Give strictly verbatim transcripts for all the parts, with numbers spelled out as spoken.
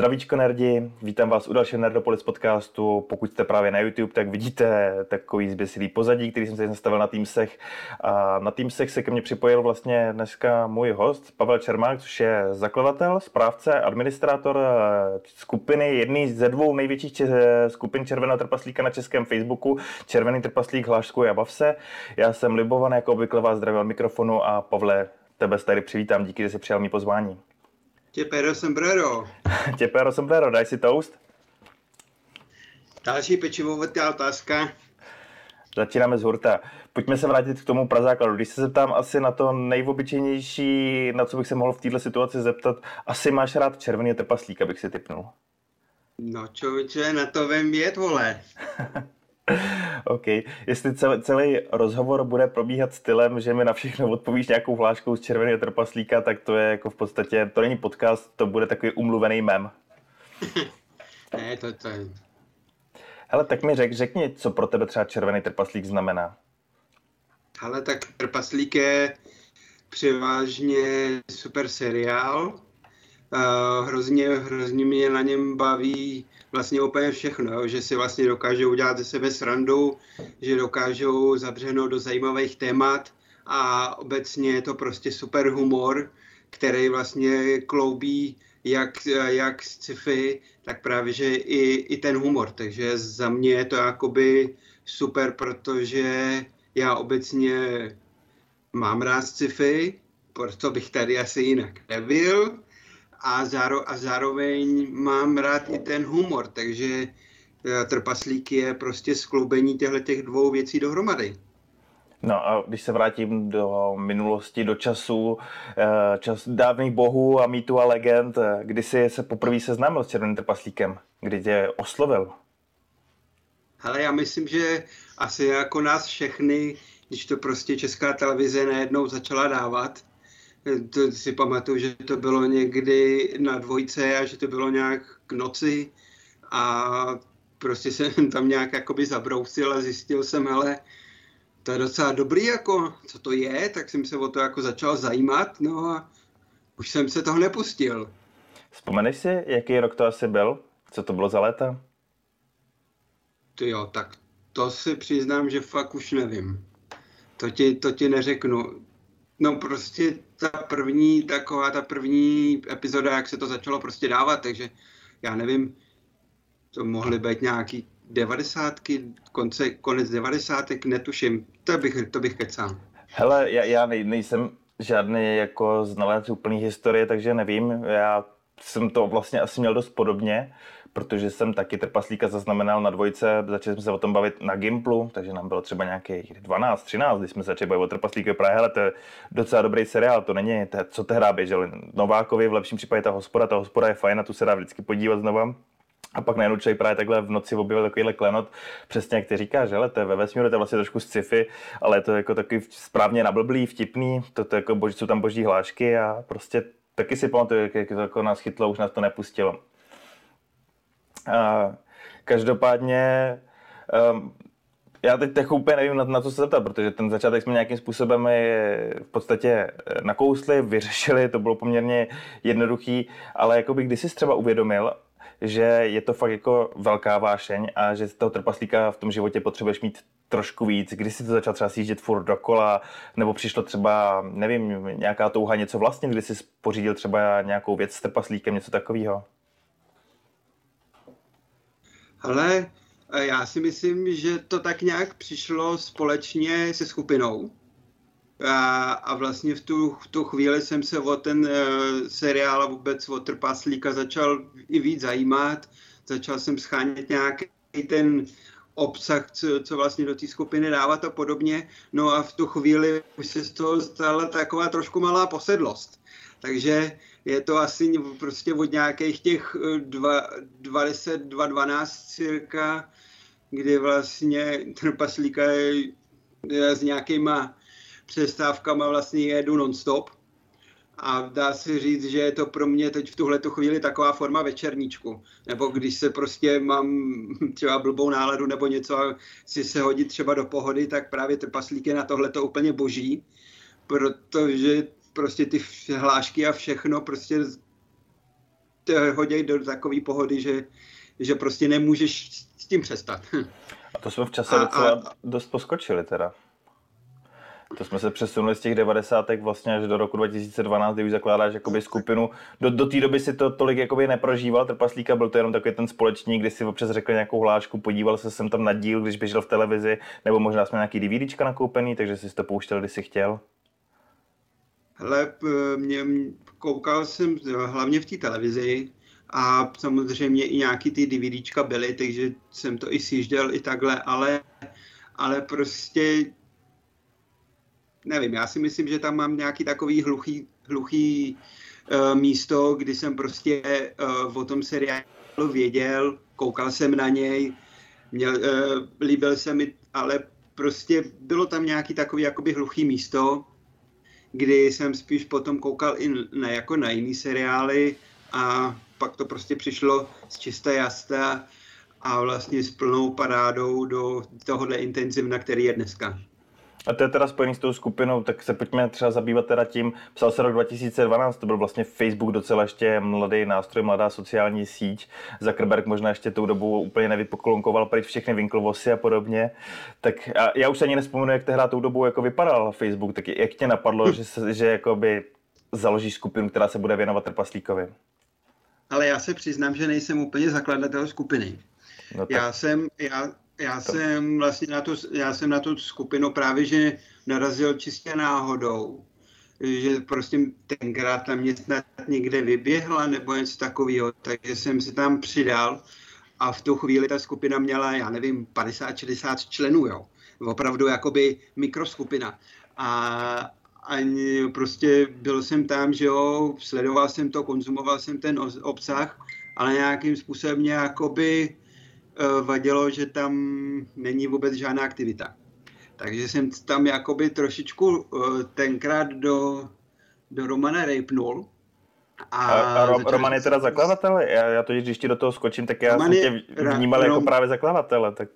Zdravíčko nerdi, vítám vás u dalšího Nerdopolis podcastu. Pokud jste právě na YouTube, tak vidíte takový zběsilý pozadí, který jsem si nastavil na Teamsech. A na Teamsech se ke mně připojil vlastně dneska můj host, Pavel Čermák, což je zakladatel, správce, administrátor skupiny, jedný ze dvou největších če- skupin Červeného trpaslíka na českém Facebooku, Červený trpaslík, hláškuj a bav se. Já jsem Libovan, jako obvykle vás zdravím od mikrofonu a Pavle, tebe tady přivítám, díky, že jsi přijal mý pozvání. Tě pero sombrero. Tě pero sombrero, daj si toast. Další pečivovatá otázka. Začínáme z hurta. Pojďme se vrátit k tomu prazákladu. Když se zeptám asi na to nejobyčejnější, na co bych se mohl v této situaci zeptat, asi máš rád Červený trpaslík, abych si tipnul. No člověče, na to vem jet, vole. OK. Jestli celý, celý rozhovor bude probíhat stylem, že mi na všechno odpovíš nějakou hláškou z Červeného trpaslíka, tak to je jako v podstatě, to není podcast, to bude takový umluvený mem. Ne, to to je. Hele, tak mi řek, řekni, co pro tebe třeba Červený trpaslík znamená. Ale tak Trpaslík je převážně super seriál. Uh, hrozně, hrozně mě na něm baví vlastně úplně všechno, jo? Že si vlastně dokážou udělat ze sebe srandu, že dokážou zabřenout do zajímavých témat a obecně je to prostě super humor, který vlastně kloubí jak, jak sci-fi, tak právě že i, i ten humor. Takže za mě je to jakoby super, protože já obecně mám rád sci-fi, proto bych tady asi jinak nebyl. A, záro, a zároveň mám rád i ten humor, takže Trpaslík je prostě skloubení těchto dvou věcí dohromady. No a když se vrátím do minulosti, do času, čas dávných bohů a mýtů a legend, kdy jsi se poprvé seznámil s Červeným trpaslíkem? Kdy tě oslovil? Hele, já myslím, že asi jako nás všechny, když to prostě Česká televize najednou začala dávat, to si pamatuju, že to bylo někdy na dvojce a že to bylo nějak k noci a prostě jsem tam nějak jakoby zabrousil a zjistil jsem, hele, to je docela dobrý, jako, co to je, tak jsem se o to jako začal zajímat, no a už jsem se toho nepustil. Vzpomeneš si, jaký rok to asi byl? Co to bylo za léta? Ty jo, tak to si přiznám, že fakt už nevím. To ti, to ti neřeknu. No prostě ta první, taková ta první epizoda, jak se to začalo prostě dávat, takže já nevím, to mohly být nějaký devadesátky, konce, konec devadesátek, netuším, to bych, to bych kecal. Hele, já, já nej, nejsem žádný jako znalec úplný historie, takže nevím, já jsem to vlastně asi měl dost podobně, protože jsem taky Trpaslíka zaznamenal na dvojce, začali jsme se o tom bavit na Gimplu, takže nám bylo třeba nějakých dvanáct třináct, když jsme se začali bavit o Trpaslíkovi právě, hele, to je docela dobrý seriál, to není, to, co tehdy běžel Novákovi, v lepším případě ta hospoda, ta hospoda je fajn, na tu se dá vždycky podívat znova. A pak najednou člověk právě takhle v noci objevil takovýhle klenot, přesně jak ty říkáš, hele, to je ve vesmíru, to je vlastně trošku sci-fi, ale je to jako takový správně nablblý, vtipný, to, to jako boží, jsou tam boží hlášky a prostě taky si pamatuju, jak, jak to jako nás chytlo, už nás to nepustilo. A každopádně, um, já teď tak úplně nevím, na, na co se zeptat, protože ten začátek jsme nějakým způsobem v podstatě nakousli, vyřešili, to bylo poměrně jednoduchý, ale jakoby když jsi třeba uvědomil, že je to fakt jako velká vášeň a že z toho trpaslíka v tom životě potřebuješ mít trošku víc. Když jsi to začal třeba sjíždět furt dokola, nebo přišlo třeba, nevím, nějaká touha něco vlastně, kdy jsi pořídil třeba nějakou věc s trpaslíkem, něco takového? Ale já si myslím, že to tak nějak přišlo společně se skupinou. A, a vlastně v tu, v tu chvíli jsem se o ten uh, seriál a vůbec o Trpaslíka začal i víc zajímat. Začal jsem schánět nějaký ten obsah, co, co vlastně do té skupiny dávat a podobně. No a v tu chvíli už se z toho stala taková trošku malá posedlost. Takže je to asi prostě od nějakých těch dvacet dva dvanáct cirka, kdy vlastně Trpaslíka je, je s nějakýma přestávkama vlastně jedu non-stop. A dá se říct, že je to pro mě teď v tuhletu chvíli taková forma večerníčku. Nebo když se prostě mám třeba blbou náladu nebo něco a si se hodit třeba do pohody, tak právě Trpaslík je na tohleto úplně boží. Protože prostě ty hlášky a všechno prostě hodí do takové pohody, že, že prostě nemůžeš s tím přestat. A to jsme v čase a, docela a... dost poskočili teda. To jsme se přesunuli z těch devadesátek vlastně až do roku dva tisíce dvanáct, kdy už zakládáš jakoby skupinu. Do, do té doby si to tolik jakoby neprožíval, Trpaslíka, byl to jenom takový ten společník, kdy si občas řekl nějakou hlášku, podíval se sem tam na díl, když běžel v televizi, nebo možná jsme nějaký DVDčka nakoupený, takže jsi to pouštěl, když si chtěl. Hele, mě, koukal jsem hlavně v té televizi a samozřejmě i nějaký ty DVDčka byly, takže jsem to i sjížděl i takhle, ale, ale prostě nevím, já si myslím, že tam mám nějaký takový hluchý, hluchý uh, místo, kdy jsem prostě uh, o tom seriálu věděl, koukal jsem na něj, měl, uh, líbil se mi, ale prostě bylo tam nějaký takový jakoby hluchý místo, kdy jsem spíš potom koukal i na, jako na jiný seriály a pak to prostě přišlo z čisté jasta a vlastně s plnou parádou do tohohle intenzivna, který je dneska. A to je teda spojený s tou skupinou, tak se pojďme třeba zabývat teda tím, psal se rok dva tisíce dvanáct, to byl vlastně Facebook docela ještě mladý nástroj, mladá sociální síť, Zuckerberg možná ještě tou dobu úplně nevypoklonkoval pryč všechny Winklevossy a podobně, tak a já už se ani nespomenu, jak tehdy tou dobu jako vypadal Facebook, tak jak tě napadlo, že, se, že jakoby založíš skupinu, která se bude věnovat Trpaslíkovi? Ale já se přiznám, že nejsem úplně zakladatel skupiny. No tak... Já jsem, já, já to... jsem vlastně na tu, já jsem na tu skupinu právě, že narazil čistě náhodou. Že prostě tenkrát na mě snad někde vyběhla nebo něco takového, takže jsem se tam přidal a v tu chvíli ta skupina měla, já nevím, padesát šedesát členů, jo. Opravdu jakoby mikroskupina. A ani prostě byl jsem tam, že jo, sledoval jsem to, konzumoval jsem ten obsah, ale nějakým způsobem mě jakoby uh, vadilo, že tam není vůbec žádná aktivita. Takže jsem tam jakoby trošičku uh, tenkrát do, do Romana rejpnul. A, a Ro, Roman je teda zakladatel? Já, já to, když ti do toho skočím, tak já Roman jsem tě vnímal Rom... jako právě zakladatele. Tak...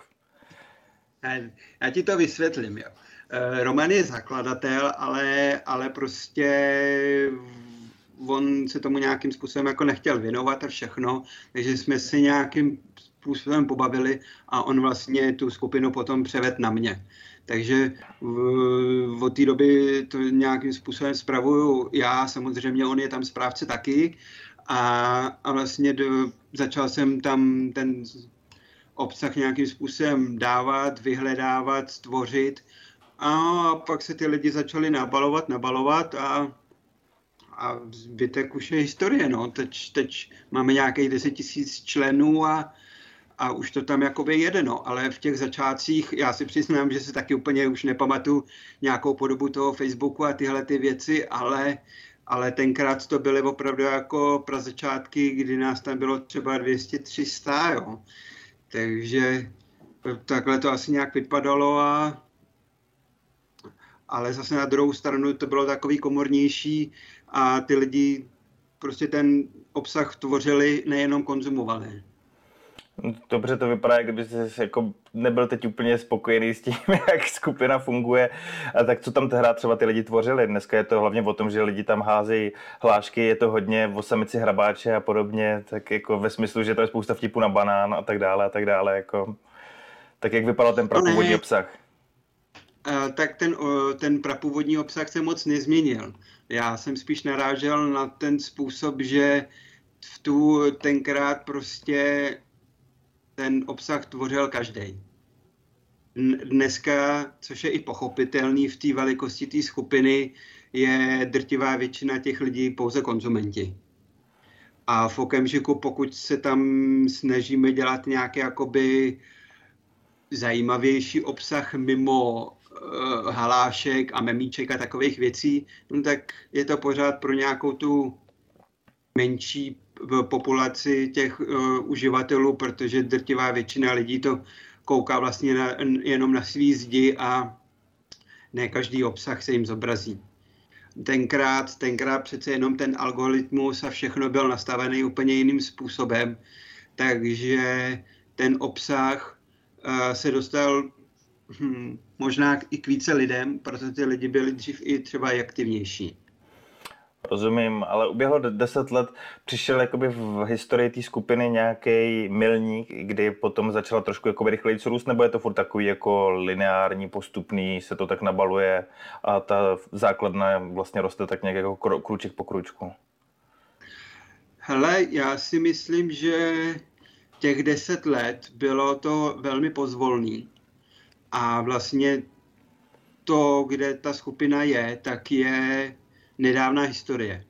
Já, já ti to vysvětlím, jo. Roman je zakladatel, ale, ale prostě on se tomu nějakým způsobem jako nechtěl věnovat a všechno, takže jsme si nějakým způsobem pobavili a on vlastně tu skupinu potom převedl na mě. Takže v, od té doby to nějakým způsobem spravuju já, samozřejmě on je tam správce taky a, a vlastně do, začal jsem tam ten obsah nějakým způsobem dávat, vyhledávat, stvořit. A pak se ty lidi začali nabalovat, nabalovat a, a zbytek už je historie, no. Teď, teď máme nějakých deset tisíc členů a, a už to tam jakoby jede, no. Ale v těch začátcích, já si přiznám, že si taky úplně už nepamatuju nějakou podobu toho Facebooku a tyhle ty věci, ale, ale tenkrát to byly opravdu jako prazačátky, kdy nás tam bylo třeba dvě stě tři sta, jo. Takže takhle to asi nějak vypadalo a ale zase na druhou stranu to bylo takový komornější a ty lidi prostě ten obsah tvořili, nejenom konzumovali. Dobře to vypadá, jak kdyby jsi jako nebyl teď úplně spokojený s tím, jak skupina funguje. A tak co tam tehdy třeba ty lidi tvořili? Dneska je to hlavně o tom, že lidi tam házejí hlášky, je to hodně o samici hrabáče a podobně, tak jako ve smyslu, že to je spousta vtipů na banán a tak dále a tak dále. Jako. Tak jak vypadal ten prapůvodní obsah? Uh, tak ten, uh, ten prapůvodní obsah se moc nezměnil. Já jsem spíš narážel na ten způsob, že v tu tenkrát prostě ten obsah tvořil každý. Dneska, což je i pochopitelný v té velikosti té skupiny, je drtivá většina těch lidí pouze konzumenti. A v okamžiku, pokud se tam snažíme dělat nějaký jakoby zajímavější obsah mimo halášek a memíček a takových věcí, no tak je to pořád pro nějakou tu menší populaci těch uh, uživatelů, protože drtivá většina lidí to kouká vlastně na, jenom na svý zdi a ne každý obsah se jim zobrazí. Tenkrát, tenkrát přece jenom ten algoritmus a všechno byl nastavený úplně jiným způsobem, takže ten obsah uh, se dostal Hmm, možná i k více lidem, protože ty lidi byli dřív i třeba i aktivnější. Rozumím, ale uběhlo de- deset let, přišel jakoby v historii té skupiny nějaký milník, kdy potom začala trošku jakoby rychleji růst, nebo je to furt takový jako lineární, postupný, se to tak nabaluje a ta základna vlastně roste tak nějak jako kru- kruček po kručku? Hele, já si myslím, že těch deset let bylo to velmi pozvolný a vlastně to, kde ta skupina je, tak je nedávná historie,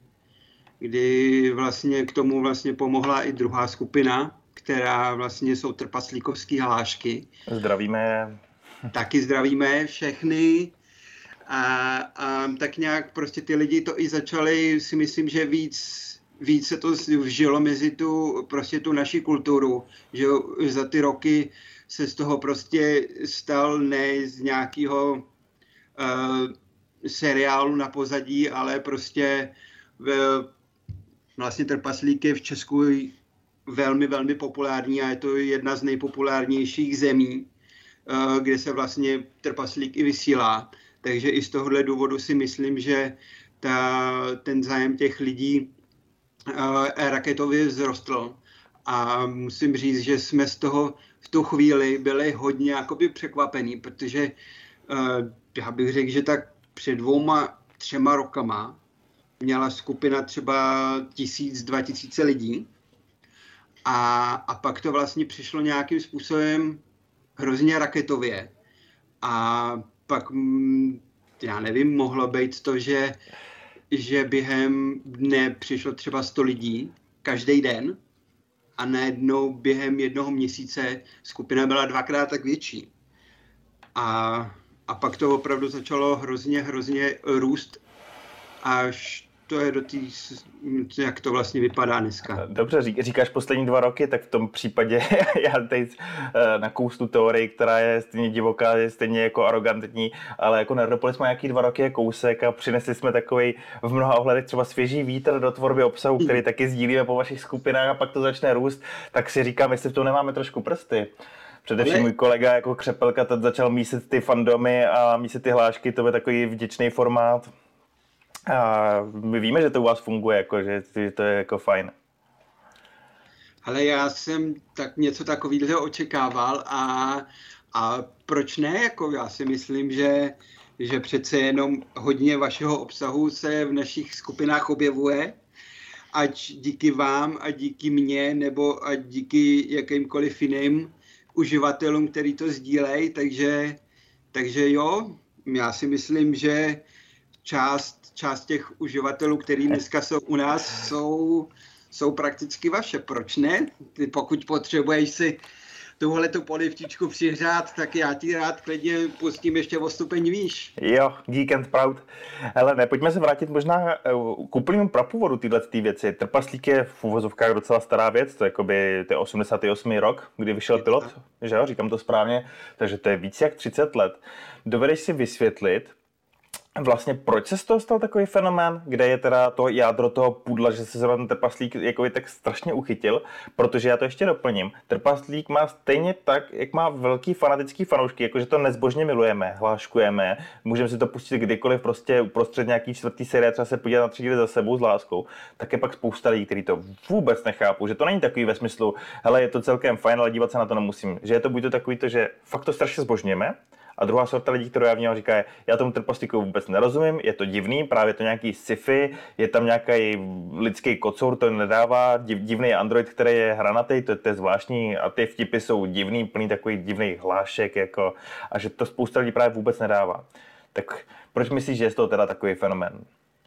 kdy vlastně k tomu vlastně pomohla i druhá skupina, která vlastně jsou trpaslíkovský hlášky. Zdravíme. Taky zdravíme všechny a, a tak nějak prostě ty lidi to i začali, si myslím, že víc víc se to vžilo mezi tu, prostě tu naši kulturu, že za ty roky se z toho prostě stal ne z nějakého uh, seriálu na pozadí, ale prostě v, vlastně trpaslík je v Česku velmi, velmi populární a je to jedna z nejpopulárnějších zemí, uh, kde se vlastně trpaslík i vysílá. Takže i z tohohle důvodu si myslím, že ta, ten zájem těch lidí raketově vzrostl a musím říct, že jsme z toho v tu chvíli byli hodně jakoby překvapení, protože já bych řekl, že tak před dvouma, třema rokama měla skupina třeba tisíc, dva tisíce lidí a, a pak to vlastně přišlo nějakým způsobem hrozně raketově a pak, já nevím, mohlo být to, že že během dne přišlo třeba sto lidí každý den a najednou během jednoho měsíce skupina byla dvakrát tak větší. A, a pak to opravdu začalo hrozně, hrozně růst, až to je do té, jak to vlastně vypadá dneska. Dobře, říkáš poslední dva roky, tak v tom případě já teď nakoustu teorii, která je stejně divoká, je stejně jako arrogantní, ale jako Nerdopolis má nějaký dva roky je kousek a přinesli jsme takový v mnoha ohledech třeba svěží vítr do tvorby obsahu, který taky sdílíme po vašich skupinách a pak to začne růst, tak si říkám, jestli v tom nemáme trošku prsty. Především ale můj kolega jako Křepelka teď začal mísit ty fandomy a mísit ty hlášky, to je takový vděčný formát. A my víme, že to u vás funguje, jako, že to je jako fajn. Ale já jsem tak něco takového očekával a, a proč ne? Jako já si myslím, že, že přece jenom hodně vašeho obsahu se v našich skupinách objevuje. Ať díky vám, ať díky mně, nebo ať díky jakýmkoliv jiným uživatelům, který to sdílejí. Takže, takže jo, já si myslím, že část část těch uživatelů, který dneska jsou u nás, jsou, jsou prakticky vaše. Proč ne? Ty pokud potřebuješ si tuhletu polivčičku přihřát, tak já ti rád klidně pustím ještě o stupeň výš. Jo, geek and proud. Hele, ne, pojďme se vrátit možná k úplnému prapůvodu tyhle ty věci. Trpaslík je v uvozovkách docela stará věc, to je jakoby to je osmdesátý osmý rok, kdy vyšel pilot, že jo, říkám to správně, takže to je víc jak třicet let. Dovedeš si vysvětlit, vlastně proč se z toho stal takový fenomén, kde je teda to jádro toho pudla, že se zrovna ten trpaslík jako tak strašně uchytil, protože já to ještě doplním. Trpaslík má stejně tak, jak má velký fanatický fanoušky, jakože to nezbožně milujeme, hláškujeme, můžeme si to pustit kdykoliv prostě uprostřed nějaký čtvrtý série, třeba se podívat na tři díly za sebou s láskou, tak je pak spousta lidí, kteří to vůbec nechápou, že to není takový ve smyslu, hele, je to celkem fajn, ale dívat se na to nemusím, že je to buď to takový to, že fakt to strašně zbožňujeme. A druhá sorta lidí, kterou já vnímám, říká, já tomu trpaslíku vůbec nerozumím, je to divný, právě to nějaký sci-fi, je tam nějaký lidský kocour, to nedává, div, divný android, který je hranatý, to, to je zvláštní a ty vtipy jsou divný, plný takových divných hlášek, jako, a že to spousta lidí právě vůbec nedává. Tak proč myslíš, že je z toho teda takový fenomén?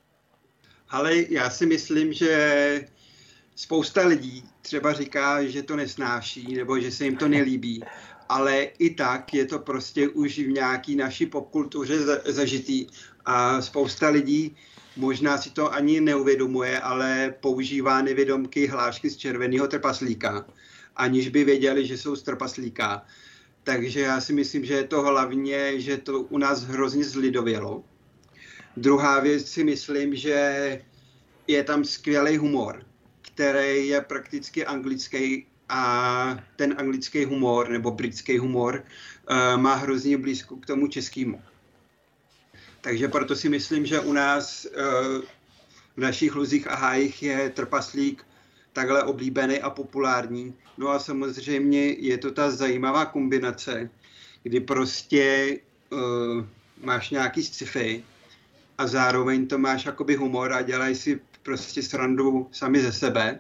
Ale já si myslím, že spousta lidí třeba říká, že to nesnáší, nebo že se jim to nelíbí. Ale i tak je to prostě už v nějaký naší popkultuře zažitý a spousta lidí možná si to ani neuvědomuje, ale používá nevědomky hlášky z červeného trpaslíka, aniž by věděli, že jsou z trpaslíka. Takže já si myslím, že je to hlavně, že to u nás hrozně zlidovělo. Druhá věc si myslím, že je tam skvělý humor, který je prakticky anglický, a ten anglický humor nebo britský humor uh, má hrozně blízko k tomu českému. Takže proto si myslím, že u nás uh, v našich luzích a hájích je trpaslík takhle oblíbený a populární. No a samozřejmě je to ta zajímavá kombinace, kdy prostě uh, máš nějaký sci-fi a zároveň to máš jakoby humor a dělají si prostě srandu sami ze sebe.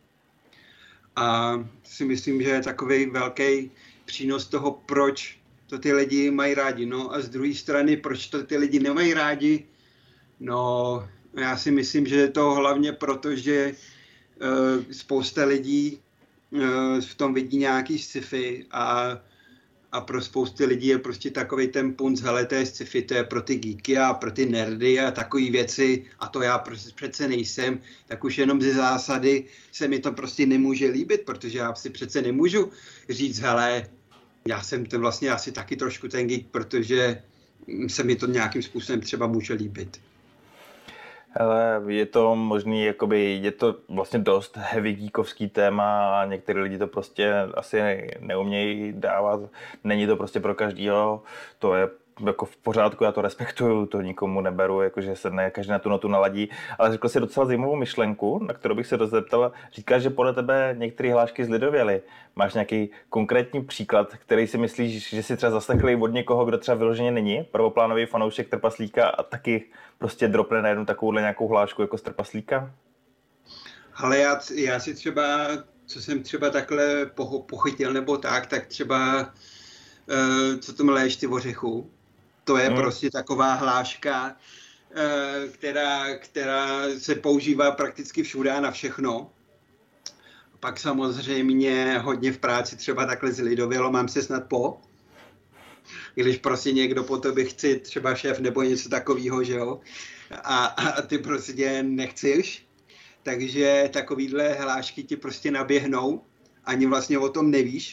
A si myslím, že je takový velký přínos toho, proč to ty lidi mají rádi. No a z druhé strany, proč to ty lidi nemají rádi? No, já si myslím, že je to hlavně proto, že uh, spousta lidí uh, v tom vidí nějaký sci-fi a, a pro spousty lidí je prostě takovej ten punc, hele, to je sci-fi, to je pro ty geeky a pro ty nerdy a takové věci a to já prostě přece nejsem, tak už jenom ze zásady se mi to prostě nemůže líbit, protože já si přece nemůžu říct, hele, já jsem to vlastně asi taky trošku ten geek, protože se mi to nějakým způsobem třeba může líbit. Ale je to možný, jakoby, je to vlastně dost heavy geekovský téma a některý lidi to prostě asi neumějí dávat. Není to prostě pro každýho, to je jako v pořádku, já to respektuju, to nikomu neberu, jakože se ne každý na tu notu naladí, ale řekl si docela zajímavou myšlenku, na kterou bych se dozeptal. Říkáš, že podle tebe některé hlášky zlidověly. Máš nějaký konkrétní příklad, který si myslíš, že si třeba zaslechli od někoho, kdo třeba vyloženě není prvoplánový fanoušek Trpaslíka a taky prostě dropne na jednu takovouhle nějakou hlášku jako z Trpaslíka? Ale já, já si třeba, co jsem třeba takhle pochytil nebo tak, tak třeba uh, co to mléš ty ořechu. To je hmm. prostě taková hláška, která, která se používá prakticky všude a na všechno. Pak samozřejmě hodně v práci třeba takhle zlidovělo, mám se snad po. Když prostě někdo po tobě chce, třeba šéf nebo něco takového, že jo. A, a ty prostě nechceš. Takže takovýhle hlášky ti prostě naběhnou. Ani vlastně o tom nevíš.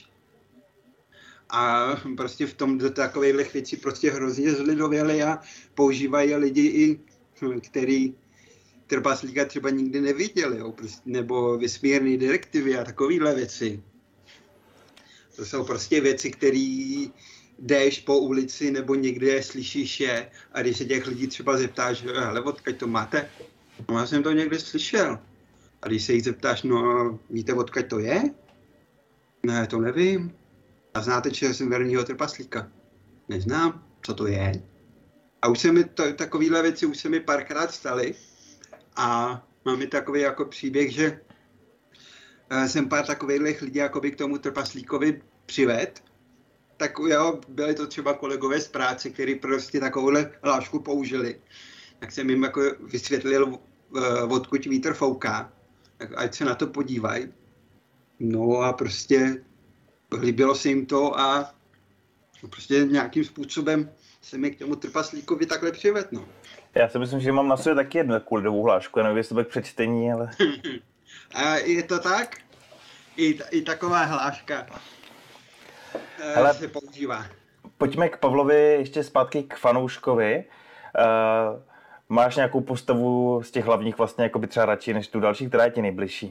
A prostě v tom do takových věcí prostě hrozně zlidověli a používají lidi i, který Trpaslíka třeba nikdy neviděli, jo, prostě, nebo vesmírné direktivy a takovéhle věci. To jsou prostě věci, které jdeš po ulici nebo někde slyšíš je a když se těch lidí třeba zeptáš, hele, odkud to máte? No, já jsem to někde slyšel. A když se jich zeptáš, no víte, odkud to je? Ne, to nevím. A znáte Červeného trpaslíka? Neznám, co to je. A už se mi to, takovýhle věci už se mi párkrát staly. A mám i takový jako příběh, že jsem pár takových lidí jakoby k tomu trpaslíkovi přived. Tak jo, byli to třeba kolegové z práce, kteří prostě takovouhle hlášku použili. Tak jsem jim jako vysvětlil, odkud vítr fouká. Tak ať se na to podívají. No a prostě líbilo se jim to a prostě nějakým způsobem se mi k tomu trpaslíkovi takhle přived, no. Já si myslím, že mám na sobě taky jednu takovou lidovou hlášku, já nevím, jestli to k přečtení, ale... A je to tak? I, i taková hláška Hele, se používá. Pojďme k Pavlovi ještě zpátky k fanouškovi. Uh, máš nějakou postavu z těch hlavních vlastně jako by třeba radši než tu další, která je ti nejbližší?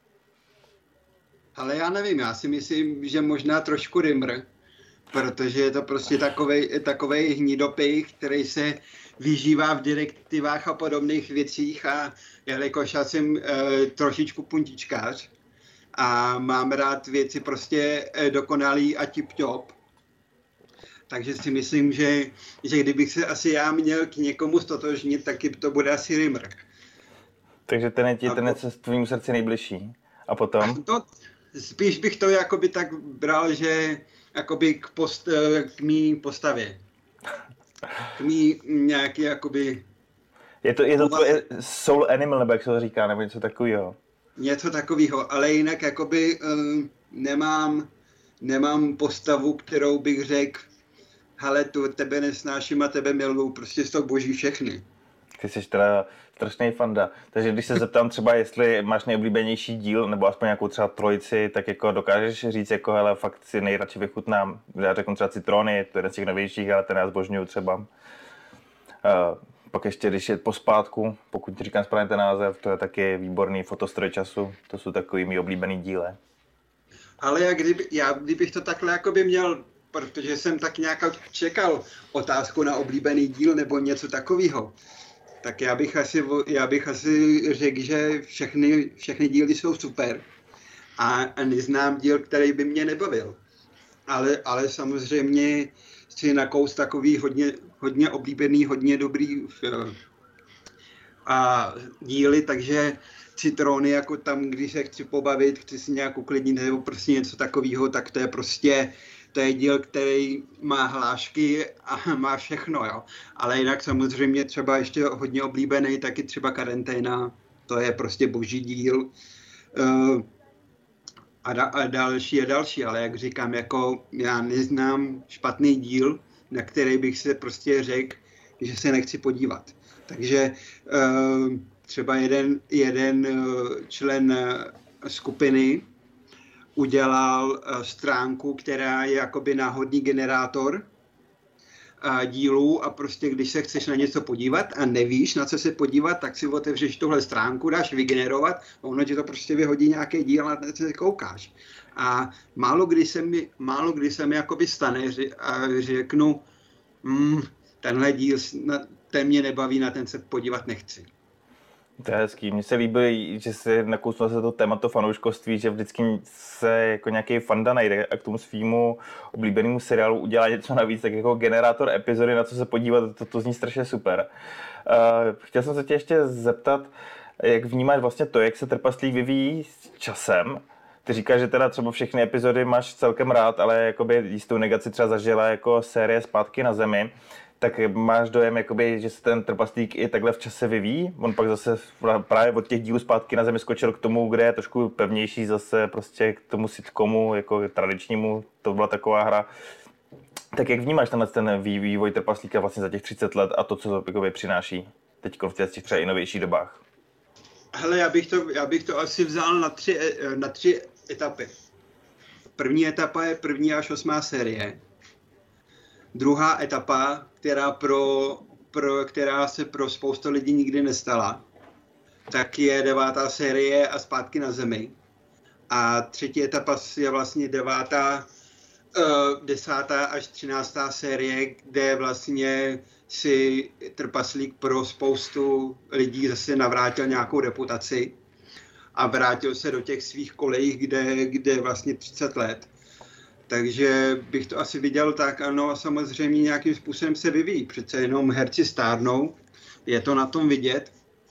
Ale já nevím, já si myslím, že možná trošku Rimr, protože je to prostě takovej, takovej hnidopich, který se vyžívá v direktivách a podobných věcích a jelikož já jsem e, trošičku puntičkář a mám rád věci prostě e, dokonalý a tip-top, takže si myslím, že, že kdybych se asi já měl k někomu stotožnit, taky to bude asi Rimr. Takže ten je ti ten je s tvým srdci nejbližší. A potom? To, spíš bych to jakoby tak bral, že jakoby k, post, k mý postavě. K mý nějaký jakoby... Je to, je to tvoje soul animal, nebo jak se to říká, nebo něco takového? Něco takového, ale jinak jakoby um, nemám, nemám postavu, kterou bych řekl, hele, tu tebe nesnáším a tebe miluju, prostě jsou boží všechny. Ty jsi teda strašný fanda. Takže když se zeptám třeba, jestli máš nejoblíbenější díl, nebo aspoň nějakou třeba trojici, tak jako dokážeš říct, jako hele, fakt si nejradši vychutnám. Já řeknu třeba Citrony, to je jeden z těch novějších, ale ten já zbožňuju třeba. Uh, pak ještě, když je Pospátku, pokud ti říkám správně ten název, to je taky výborný Fotostroj času. To jsou takový mý oblíbený díle. Ale já, kdyby, já kdybych to takhle jakoby měl, protože jsem tak nějak čekal otázku na oblíbený díl nebo něco takového, tak já bych asi, já bych asi řekl, že všechny, všechny díly jsou super a, a neznám díl, který by mě nebavil. Ale, ale samozřejmě si nakous takový hodně, hodně oblíbený, hodně dobrý a díly, takže Citrony, jako tam, když se chci pobavit, chci si nějak uklidnit nebo prostě něco takového, tak to je prostě, to je díl, který má hlášky a má všechno, jo. Ale jinak samozřejmě třeba ještě hodně oblíbený, taky třeba Karanténa, to je prostě boží díl. Uh, a, da, a další a další, ale jak říkám, jako já neznám špatný díl, na který bych se prostě řekl, že se nechci podívat. Takže uh, třeba jeden, jeden člen skupiny udělal uh, stránku, která je jakoby náhodný generátor uh, dílů a prostě když se chceš na něco podívat a nevíš, na co se podívat, tak si otevřeš tuhle stránku, dáš vygenerovat a ono ti to prostě vyhodí nějaký díl a na co se koukáš. A málo kdy se mi, málo kdy se mi jakoby stane a řeknu, mm, tenhle díl, ten mě nebaví, na ten se podívat nechci. To je hezký. Mně se líbí, že se nakouslo se to tématu fanouškovství, že vždycky se jako nějaký fanda najde a k tomu svýmu oblíbenému seriálu udělá něco navíc, tak jako generátor epizody, na co se podívat, to, to zní strašně super. Uh, chtěl jsem se tě ještě zeptat, jak vnímáš vlastně to, jak se Trpaslík vyvíjí s časem. Ty říkáš, že teda třeba všechny epizody máš celkem rád, ale jakoby jistou negaci třeba zažila jako série Zpátky na zemi. Tak máš dojem, jakoby, že se ten Trpaslík i takhle v čase vyvíjí? On pak zase právě od těch dílů Zpátky na zemi skočil k tomu, kde je trošku pevnější, zase prostě k tomu sitcomu, jako tradičnímu, to byla taková hra. Tak jak vnímáš tenhle ten vývoj Trpaslíka vlastně za těch třicet let a to, co to jakoby přináší teď v těch třeba i novějších dobách? Hele, já bych to, já bych to asi vzal na tři, na tři etapy. První etapa je první až osmá série. Druhá etapa, která, pro, pro, která se pro spoustu lidí nikdy nestala, tak je devátá série a Zpátky na zemi. A třetí etapa je vlastně devátá, uh, desátá až třináctá série, kde vlastně si Trpaslík pro spoustu lidí zase navrátil nějakou reputaci a vrátil se do těch svých kolejí, kde, kde vlastně třicet let. Takže bych to asi viděl tak, ano, a samozřejmě nějakým způsobem se vyvíjí. Přece jenom herci stárnou, je to na tom vidět.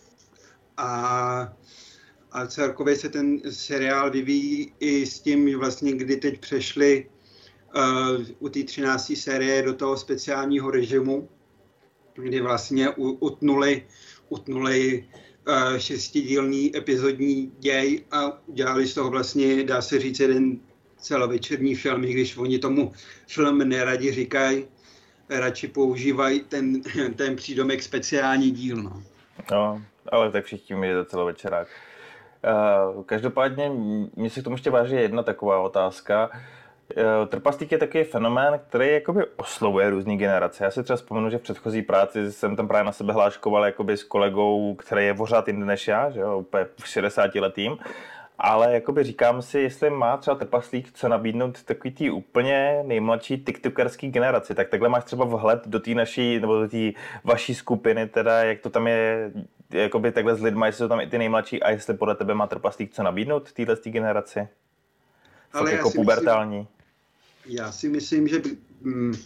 A, a celkově se ten seriál vyvíjí i s tím, vlastně, kdy teď přešli uh, u té třinácté série do toho speciálního režimu, kdy vlastně utnuli, utnuli uh, šestidílný epizodní děj a udělali z toho vlastně, dá se říct, jeden celovečerní film, i když oni tomu film neradi říkají, radši používají ten, ten přídomek speciální díl. No. no, ale tak všichni mi je to celovečerák. Uh, každopádně mě se k tomu ještě váží jedna taková otázka. Uh, Trpaslík je takový fenomén, který jakoby oslovuje různý generace. Já si třeba vzpomenu, že v předchozí práci jsem tam právě na sebe hláškoval jakoby s kolegou, který je pořád jiný než já, že jo, úplně šedesátiletým. Ale jakoby říkám si, jestli má třeba Trpaslík co nabídnout takový tý úplně nejmladší tiktokerský generaci, tak takhle máš třeba vhled do té naší, nebo do té vaší skupiny, teda jak to tam je, jakoby takhle s lidma, jestli jsou tam i ty nejmladší a jestli podle tebe má Trpaslík co nabídnout téhle generaci? Ale jako pubertální. Myslím, já si myslím, že, mm,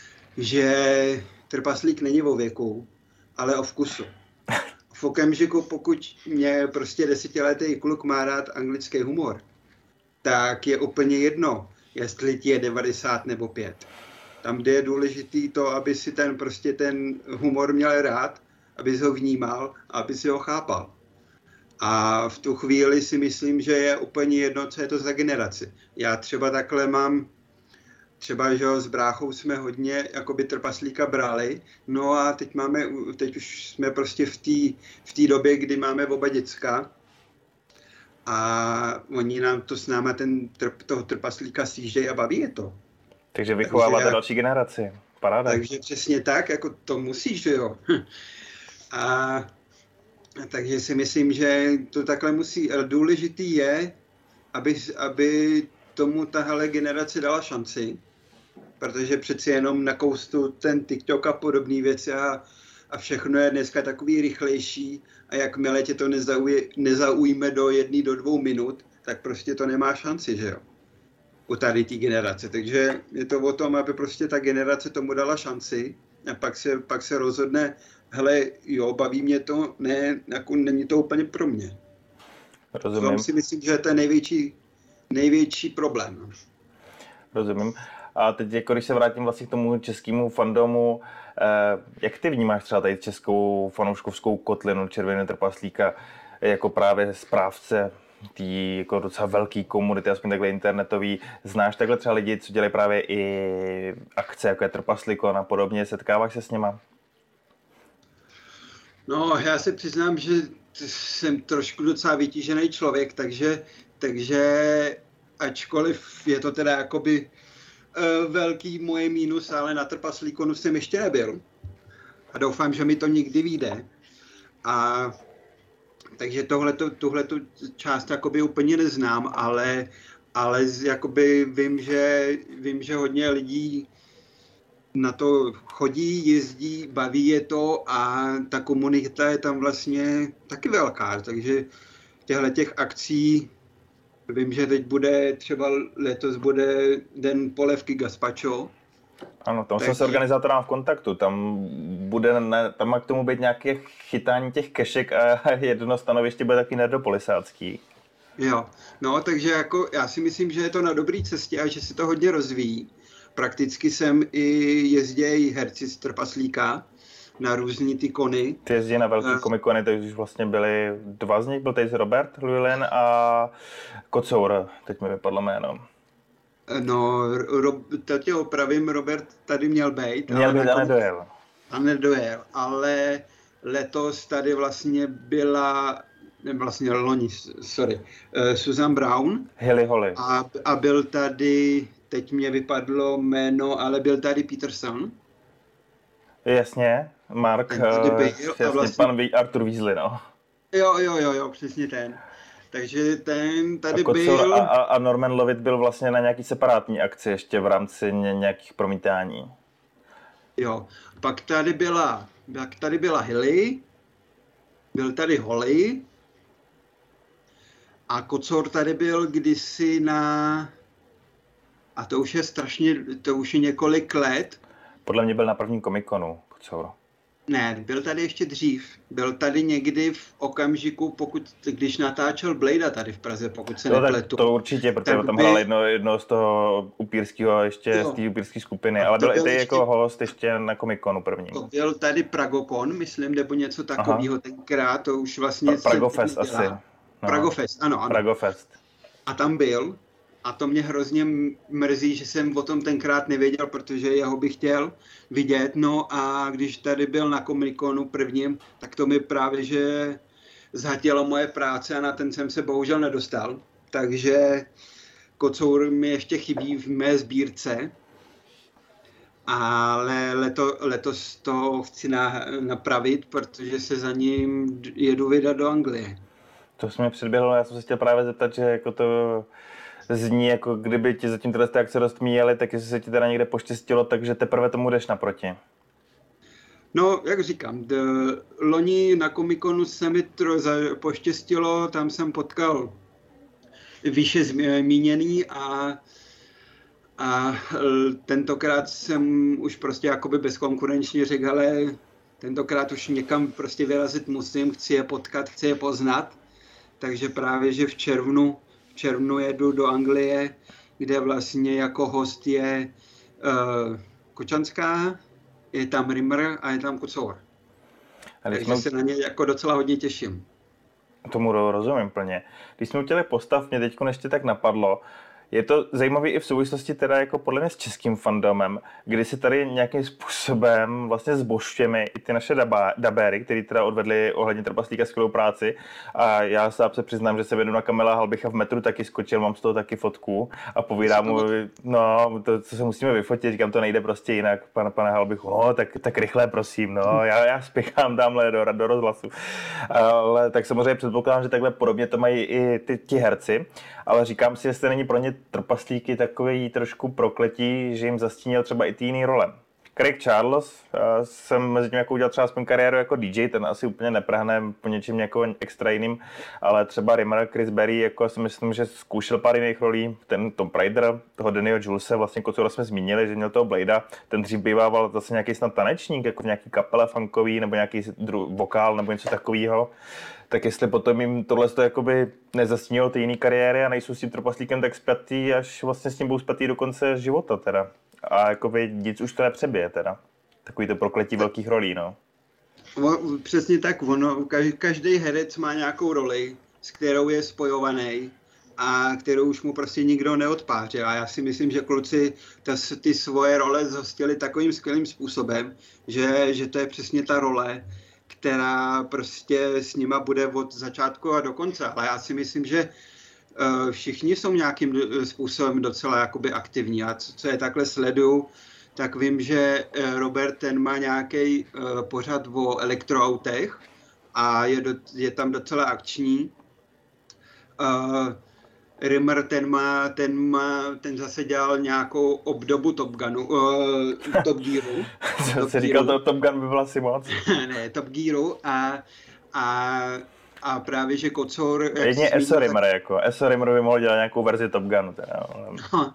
že Trpaslík není o věku, ale o vkusu. V okamžiku, pokud mě prostě desetiletý kluk má rád anglický humor, tak je úplně jedno, jestli ti je devadesát nebo pět. Tam, kde je důležitý to, aby si ten prostě ten humor měl rád, aby ho vnímal a aby si ho chápal. A v tu chvíli si myslím, že je úplně jedno, co je to za generaci. Já třeba takhle mám, třeba, že s bráchou jsme hodně jakoby Trpaslíka brali, no a teď máme, teď už jsme prostě v té v té době, kdy máme oba děcka a oni nám to s náma ten trp, toho Trpaslíka sjíždějí a baví je to. Takže vychováváte další generaci. Paráda. Takže přesně tak, jako to musíš, že jo. A takže si myslím, že to takhle musí. Ale důležitý je, aby, aby tomu tahle generace dala šanci, protože přeci jenom nakoustu ten TikTok a podobné věci a, a všechno je dneska takový rychlejší a jakmile tě to nezauje, nezaujme do jedné, do dvou minut, tak prostě to nemá šanci, že jo? U tady té generace. Takže je to o tom, aby prostě ta generace tomu dala šanci a pak se, pak se rozhodne, hele, jo, baví mě to, ne, jako není to úplně pro mě. Rozumím. To si myslím, že to je největší, největší problém. Rozumím. A teď, jako když se vrátím vlastně k tomu českému fandomu, eh, jak ty vnímáš třeba tady českou fanouškovskou kotlinu Červeného trpaslíka jako právě správce té jako docela velké komunity, aspoň takhle internetový. Znáš takhle třeba lidi, co dělají právě i akce, jako je Trpaslikon a podobně, setkáváš se s nima? No, já se přiznám, že jsem trošku docela vytížený člověk, takže, takže ačkoliv je to teda jakoby uh, velký moje mínus, ale na Trpaslíkonu jsem ještě nebyl. A doufám, že mi to nikdy vyjde. A takže tohleto, tuhletu část jakoby úplně neznám, ale, ale jakoby vím, že, vím, že hodně lidí na to chodí, jezdí, baví je to a ta komunita je tam vlastně taky velká, takže těchto těch akcí, vím, že teď bude třeba letos bude den polevky gazpacho. Ano, tam jsem s organizátorem v kontaktu, tam bude, ne, tam má k tomu být nějaké chytání těch kešek a jedno stanoviště bude taky nerdopolisácký. Jo, no takže jako já si myslím, že je to na dobré cestě a že se to hodně rozvíjí. Prakticky jsem i jezdějí herci z Trpaslíka na různý ty kony. Ty jezdí na velký uh, komikony, takže už vlastně byli dva z nich, byl tady Robert Llewellyn a Kocour, teď mi vypadlo jméno. No, Rob, teď opravím, Robert tady měl být. Měl být a nedojel. A nedojel, ale letos tady vlastně byla, ne, vlastně loni, sorry, uh, Susan Brown. Hilly Holly. A, a byl tady, teď mě vypadlo jméno, ale byl tady Peterson. Jasně, Mark, uh, jasně, vlastně... pan Arthur Weasley, no. Jo, jo, jo, jo, přesně ten. Takže ten tady a byl... A, a Norman Lovett byl vlastně na nějaký separátní akci ještě v rámci ně, nějakých promítání. Jo, pak tady byla, pak tady byla Hilly, byl tady Holly a Kocour tady byl kdysi na... A to už je strašně, to už je několik let. Podle mě byl na prvním komikonu Kocour. Ne, byl tady ještě dřív. Byl tady někdy v okamžiku, pokud, když natáčel Bladea tady v Praze, pokud se no, nepletu. To určitě, protože tam by... hrál jedno, jedno z toho upírského, ještě jo. z té upírské skupiny, ale byl i ty ještě... jako host ještě na komikonu prvním. To byl tady Pragokon, myslím, nebo něco takového tenkrát, to už vlastně... Pra- Pragofest asi. No. Pragofest, ano, ano. Pragofest. A tam byl. A to mě hrozně mrzí, že jsem o tom tenkrát nevěděl, protože jeho bych chtěl vidět. No a když tady byl na Komikonu prvním, tak to mi právě, že zhatilo moje práce a na ten jsem se bohužel nedostal. Takže Kocour mi ještě chybí v mé sbírce. Ale leto, letos to chci na, napravit, protože se za ním jedu vydat do Anglie. To se mě předběhlo, já jsem se chtěl právě zeptat, že jako to... zní, jako kdyby ti zatím tyhle akce rozmíjeli, tak jestli se ti teda někde poštěstilo, takže teprve tomu jdeš naproti. No, jak říkám, d- loni na Komikonu se mi tro poštěstilo, tam jsem potkal výše zmíněný a, a tentokrát jsem už prostě jakoby bezkonkurenčně řekl, ale tentokrát už někam prostě vyrazit musím, chci je potkat, chci je poznat, takže právě, že v červnu V červnu jedu do Anglie, kde vlastně jako host je uh, Kočanská, je tam Rimmer a je tam Kocour. Takže jsme... se na ně jako docela hodně těším. Tomu rozumím plně. Když jsme chtěli postav, mě teďko ještě tak napadlo, je to zajímavé i v souvislosti teda jako podle mě s českým fandomem, kdy si tady nějakým způsobem vlastně zbožťujeme i ty naše daba, dabéry, který teda odvedli ohledně Trpaslíka skvělou práci. A já se se přiznám, že se vedu na Kamila Halbicha v metru taky skočil, mám z toho taky fotku a povídám mu, no, to, co se musíme vyfotit, říkám, to nejde prostě jinak, pane, pane Halbichu, no, tak, tak rychle prosím, no, já, já spěchám tamhle do, do rozhlasu. Ale tak samozřejmě předpokládám, že takhle podobně to mají i ty, ti herci, ale říkám si, jestli není pro ně Trpaslíky takový trošku prokletí, že jim zastínil třeba i ty jiný role. Craig Charles, já jsem mezi tím jako udělal třeba aspoň kariéru jako D J, ten asi úplně neprahne po něčím jako extra jiným, ale třeba Rimmer, Chris Berry, jako si myslím, že zkoušel pár jiných rolí, ten Tom Raider, toho Dannyho Julese, vlastně Kocoura jsme zmínili, že měl toho Bladea, ten dřív bývával zase nějaký snad tanečník, jako v nějaký kapele funkový, nebo nějaký dru- vokál, nebo něco takového. Tak jestli potom jim tohle to jakoby nezastínilo ty jiný kariéry a nejsou s tím trpaslíkem tak spjatý, až vlastně s tím budou spjatý do konce života teda. A jakoby nic už to nepřebije teda. Takový to prokletí velkých rolí, no. O, přesně tak, ono, každý herec má nějakou roli, s kterou je spojovaný a kterou už mu prostě nikdo neodpáře. A já si myslím, že kluci tas, ty svoje role zhostili takovým skvělým způsobem, že, že to je přesně ta role, která prostě s nima bude od začátku a do konce. Ale já si myslím, že uh, všichni jsou nějakým způsobem docela jakoby aktivní. A co, co je takhle sleduju, tak vím, že Robert ten má nějaký uh, pořad o elektroautech a je, do, je tam docela akční. Uh, Rimmer ten má, ten má, ten zase dělal nějakou obdobu Top Gunu, uh, Top Gearu. Top jsi říkal, to Top Gun by byla si moc. Ne, Top Gearu a, a, a právě, že Kocour... Jedně Eso Rimmer, tak... jako. Eso Rimmer by mohl dělat nějakou verzi Top Gunu, teda. No,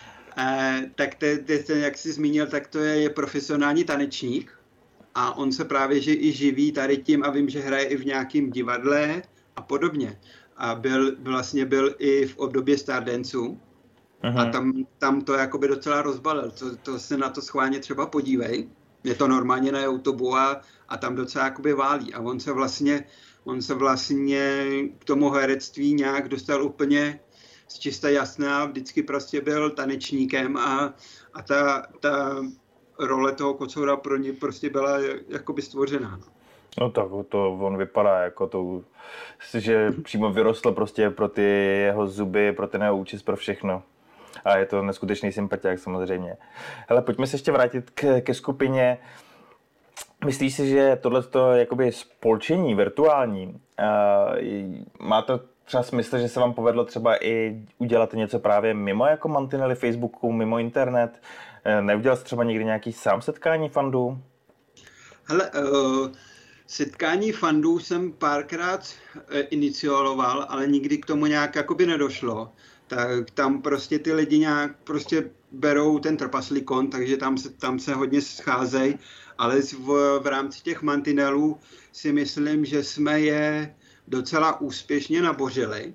a, tak te, te, ten, jak jsi zmínil, tak to je, je profesionální tanečník a on se právě že i živí tady tím a vím, že hraje i v nějakém divadle a podobně. A byl, vlastně byl i v období Stardanceu a tam, tam to jakoby docela rozbalil. To, to se na to schválně třeba podívej. Je to normálně na YouTube a, a tam docela jakoby válí. A on se vlastně, on se vlastně k tomu herectví nějak dostal úplně z čista jasná. Vždycky prostě byl tanečníkem a, a ta, ta role toho Kocoura pro ně prostě byla jakoby stvořená. No tak to on vypadá jako to, že přímo vyrostl prostě pro ty jeho zuby, pro ten jeho účes, pro všechno. A je to neskutečný sympatiák samozřejmě. Hele, pojďme se ještě vrátit k, ke skupině. Myslíš si, že tohleto jakoby spolčení virtuální, uh, má to třeba smysl, že se vám povedlo třeba i udělat něco právě mimo jako mantinely Facebooku, mimo internet? Uh, neudělal jsi třeba někdy nějaký sám setkání fandů? Hele, uh... setkání fandů jsem párkrát e, inicioval, ale nikdy k tomu nějak jakoby nedošlo. Tak tam prostě ty lidi nějak prostě berou ten trpaslíkon, takže tam se, tam se hodně scházejí, ale v, v rámci těch mantinelů si myslím, že jsme je docela úspěšně nabořili,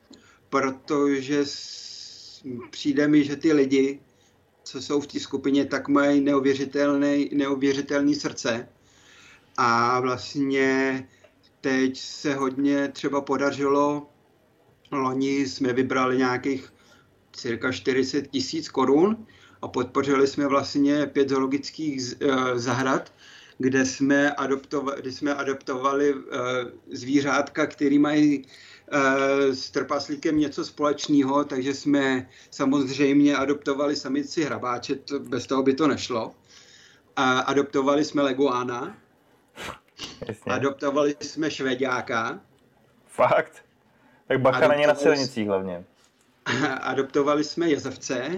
protože s, přijde mi, že ty lidi, co jsou v té skupině, tak mají neuvěřitelný, neuvěřitelný srdce. A vlastně teď se hodně třeba podařilo, loni jsme vybrali nějakých cirka čtyřicet tisíc korun a podpořili jsme vlastně pět zoologických zahrad, kde jsme adoptovali, kde jsme adoptovali zvířátka, který mají s trpaslíkem něco společného, takže jsme samozřejmě adoptovali samici hrabáče, to, bez toho by to nešlo. A adoptovali jsme leguána. Jasně. Adoptovali jsme švéďáka. Fakt? Tak bacha není na silnicích hlavně. Adoptovali jsme jezevce.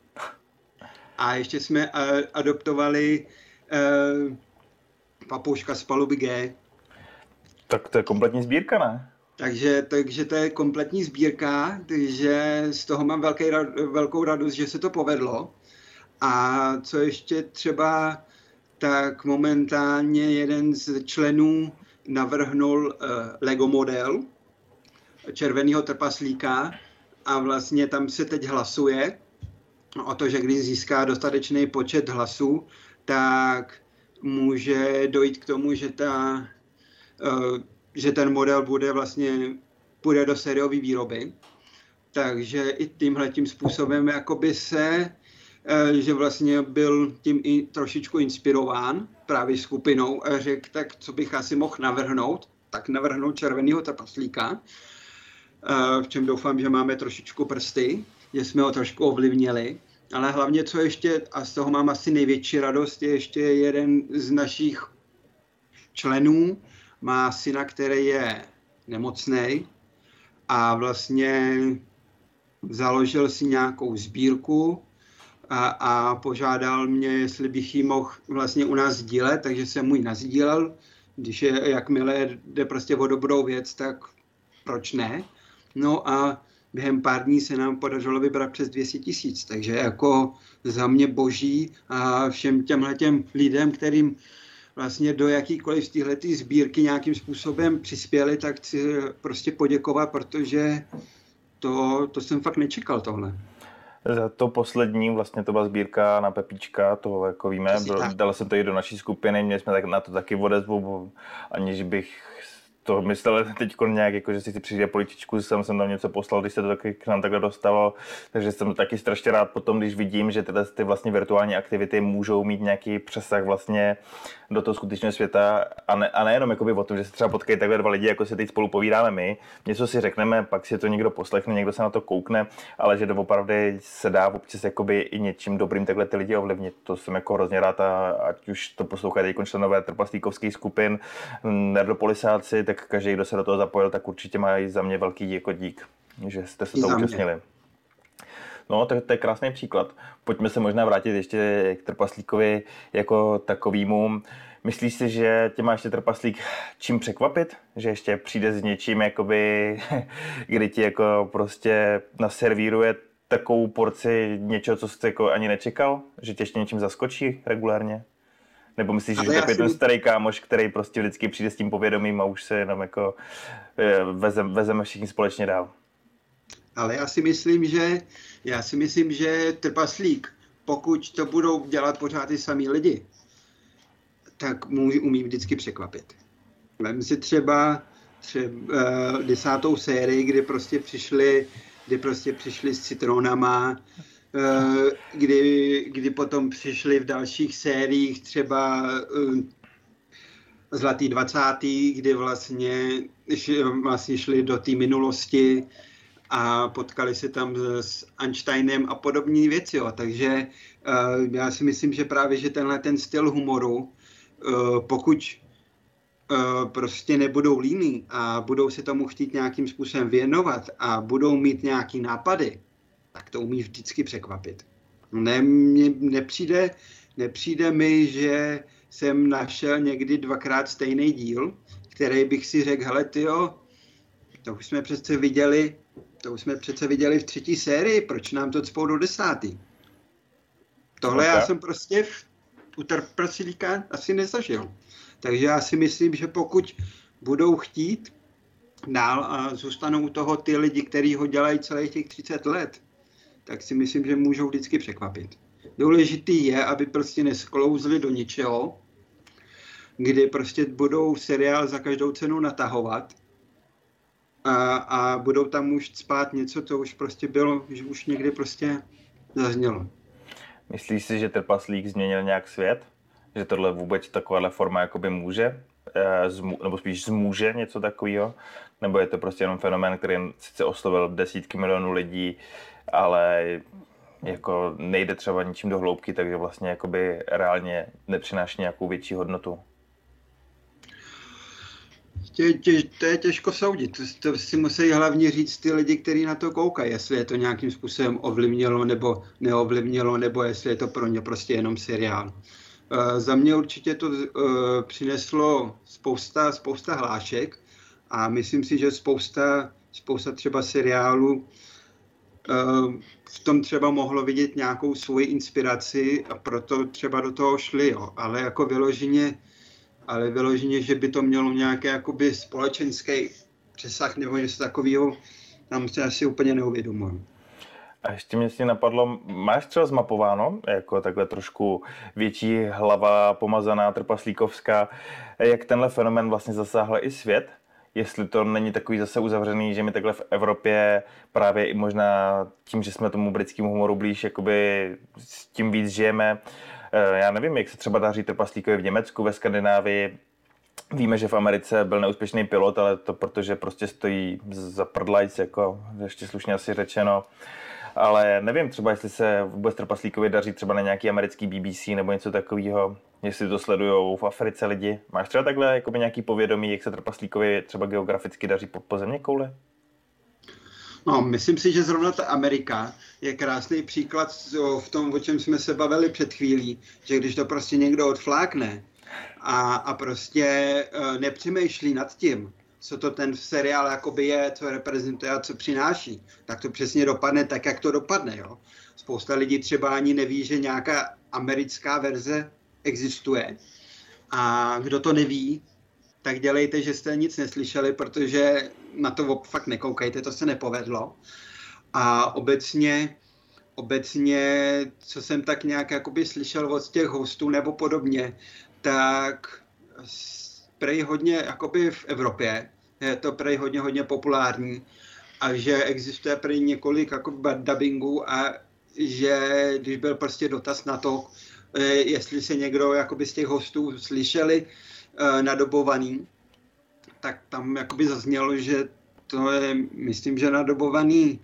A ještě jsme adoptovali uh, papouška z paluby G. Tak to je kompletní sbírka, ne? Takže, takže to je kompletní sbírka, takže z toho mám velký, velkou radost, že se to povedlo. A co ještě třeba, tak momentálně jeden z členů navrhnul uh, Lego model červeného trpaslíka a vlastně tam se teď hlasuje o to, že když získá dostatečný počet hlasů, tak může dojít k tomu, že, ta, uh, že ten model bude vlastně půjde do sériové výroby. Takže i tímhletím způsobem jakoby se že vlastně byl tím i trošičku inspirován právě skupinou a řekl, tak co bych asi mohl navrhnout, tak navrhnout červenýho trpaslíka, v čem doufám, že máme trošičku prsty, že jsme ho trošku ovlivnili, ale hlavně co ještě, a z toho mám asi největší radost, je ještě jeden z našich členů, má syna, který je nemocnej a vlastně založil si nějakou sbírku, a, a požádal mě, jestli bych ji mohl vlastně u nás sdílet, takže jsem mu ji nasdílel. Když je, jakmile jde prostě o dobrou věc, tak proč ne? No a během pár dní se nám podařilo vybrat přes dvě stě tisíc, takže jako za mě boží a všem těmhletěm lidem, kterým vlastně do jakýkoliv z téhletý sbírky nějakým způsobem přispěli, tak chci prostě poděkovat, protože to, to jsem fakt nečekal tohle. Za to poslední, vlastně to byla sbírka na Pepíčka, to jako víme, byl, dal jsem to i do naší skupiny, měli jsme tak na to taky odezvu, aniž bych to myslel teď nějak, jako, že si chci přijít političku, jsem jsem tam něco poslal, když se to taky k nám takhle dostalo, takže jsem taky strašně rád potom, když vidím, že tyhle ty vlastně virtuální aktivity můžou mít nějaký přesah vlastně do toho skutečného světa a, ne, a nejenom jakoby o tom, že se třeba potkají takhle dva lidi, jako se teď spolu povídáme my, něco si řekneme, pak si to někdo poslechne, někdo se na to koukne, ale že doopravdy se dá občas jakoby i něčím dobrým takhle ty lidi ovlivnit. To jsem jako hrozně rád a ať už to poslouchají teď členové trpaslíkovských skupin, nerdopolisáci, tak každý, kdo se do toho zapojil, tak určitě mají za mě velký jako dík, že jste se to účastnili. No, to, to je krásný příklad. Pojďme se možná vrátit ještě k trpaslíkovi jako takovýmu. Myslíš si, že tě má ještě trpaslík čím překvapit? Že ještě přijde s něčím, jakoby, kdy ti jako prostě naservíruje takovou porci něčeho, co jsi jako ani nečekal? Že tě ještě něčím zaskočí regulárně? Nebo myslíš, že takový ten starý kámoš, který prostě vždycky přijde s tím povědomím a už se jenom jako vezeme, vezeme všichni společně dál? Ale já si myslím, že já si myslím, že trpaslík, pokud to budou dělat pořád ty samý lidi, tak může umí vždycky překvapit. Vem si třeba, třeba uh, desátou sérii, kdy prostě přišli, kdy prostě přišli s citronama, uh, kdy, kdy potom přišli v dalších sériích třeba uh, Zlatý dvacátý, kdy vlastně, vlastně šli do té minulosti a potkali se tam s Einsteinem a podobné věci. Jo. Takže uh, já si myslím, že právě že tenhle ten styl humoru, uh, pokud uh, prostě nebudou líní a budou se tomu chtít nějakým způsobem věnovat a budou mít nějaký nápady, tak to umí vždycky překvapit. Ne, mně nepřijde, nepřijde mi, že jsem našel někdy dvakrát stejný díl, který bych si řekl, hele tyjo, to už jsme přece viděli, to už jsme přece viděli v třetí sérii, proč nám to cpou do desátý? Tohle okay. Já jsem prostě v, u trpaslíka asi nezažil. Takže já si myslím, že pokud budou chtít dál a zůstanou u toho ty lidi, kteří ho dělají celých těch třicet let, tak si myslím, že můžou vždycky překvapit. Důležitý je, aby prostě nesklouzli do ničeho, kdy prostě budou seriál za každou cenu natahovat a, a budou tam už spát něco, co už prostě bylo, že už někdy prostě zaznělo. Myslíš si, že trpaslík změnil nějak svět? Že tohle vůbec takováhle forma jakoby může? Nebo spíš zmůže něco takového? Nebo je to prostě jenom fenomén, který sice oslovil desítky milionů lidí, ale jako nejde třeba ničím do hloubky, takže vlastně jakoby reálně nepřináší nějakou větší hodnotu? Tě, tě, to je těžko soudit. To, to si musí hlavně říct ty lidi, kteří na to koukají, jestli je to nějakým způsobem ovlivnilo nebo neovlivnilo, nebo jestli je to pro ně prostě jenom seriál. Uh, za mě určitě to uh, přineslo spousta, spousta hlášek a myslím si, že spousta, spousta třeba seriálů uh, v tom třeba mohlo vidět nějakou svoji inspiraci a proto třeba do toho šli, jo. Ale jako vyloženě ale vyloženě, že by to mělo nějaký jakoby společenský přesah nebo něco takového, tam se asi úplně neuvědomuji. A ještě mě si napadlo, máš třeba zmapováno, jako takhle trošku větší hlava pomazaná trpaslíkovská, jak tenhle fenomén vlastně zasáhl i svět? Jestli to není takový zase uzavřený, že my takhle v Evropě právě i možná tím, že jsme tomu britskému humoru blíž, jakoby s tím víc žijeme. Já nevím, jak se třeba daří trpaslíkovi v Německu, ve Skandinávii. Víme, že v Americe byl neúspěšný pilot, ale to protože prostě stojí za prdlajc, jako ještě slušně asi řečeno. Ale nevím třeba, jestli se vůbec trpaslíkovi daří třeba na nějaký americký B B C nebo něco takového, jestli to sledujou v Africe lidi. Máš třeba takhle jakoby nějaký povědomí, jak se trpaslíkovi třeba geograficky daří po, po země kouli? No, myslím si, že zrovna ta Amerika je krásný příklad v tom, o čem jsme se bavili před chvílí, že když to prostě někdo odflákne a, a prostě uh, nepřemýšlí nad tím, co to ten seriál jakoby je, co reprezentuje a co přináší, tak to přesně dopadne tak, jak to dopadne. Jo? Spousta lidí třeba ani neví, že nějaká americká verze existuje. A kdo to neví, tak dělejte, že jste nic neslyšeli, protože na to fakt nekoukejte, to se nepovedlo. A obecně, obecně, co jsem tak nějak jakoby slyšel od těch hostů nebo podobně, tak prej hodně jakoby v Evropě, je to prej hodně, hodně populární a že existuje prej několik jakoby dubbingů a že když byl prostě dotaz na to, jestli se někdo jakoby z těch hostů slyšeli nadobovaný, tak tam jakoby zaznělo, že to je, myslím, že nadobovaný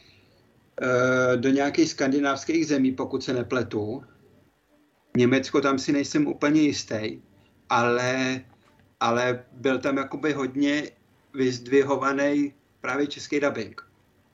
do nějakých skandinávských zemí, pokud se nepletu. Německo tam si nejsem úplně jistý, ale, ale byl tam jakoby hodně vyzdvihovaný právě český dubbing.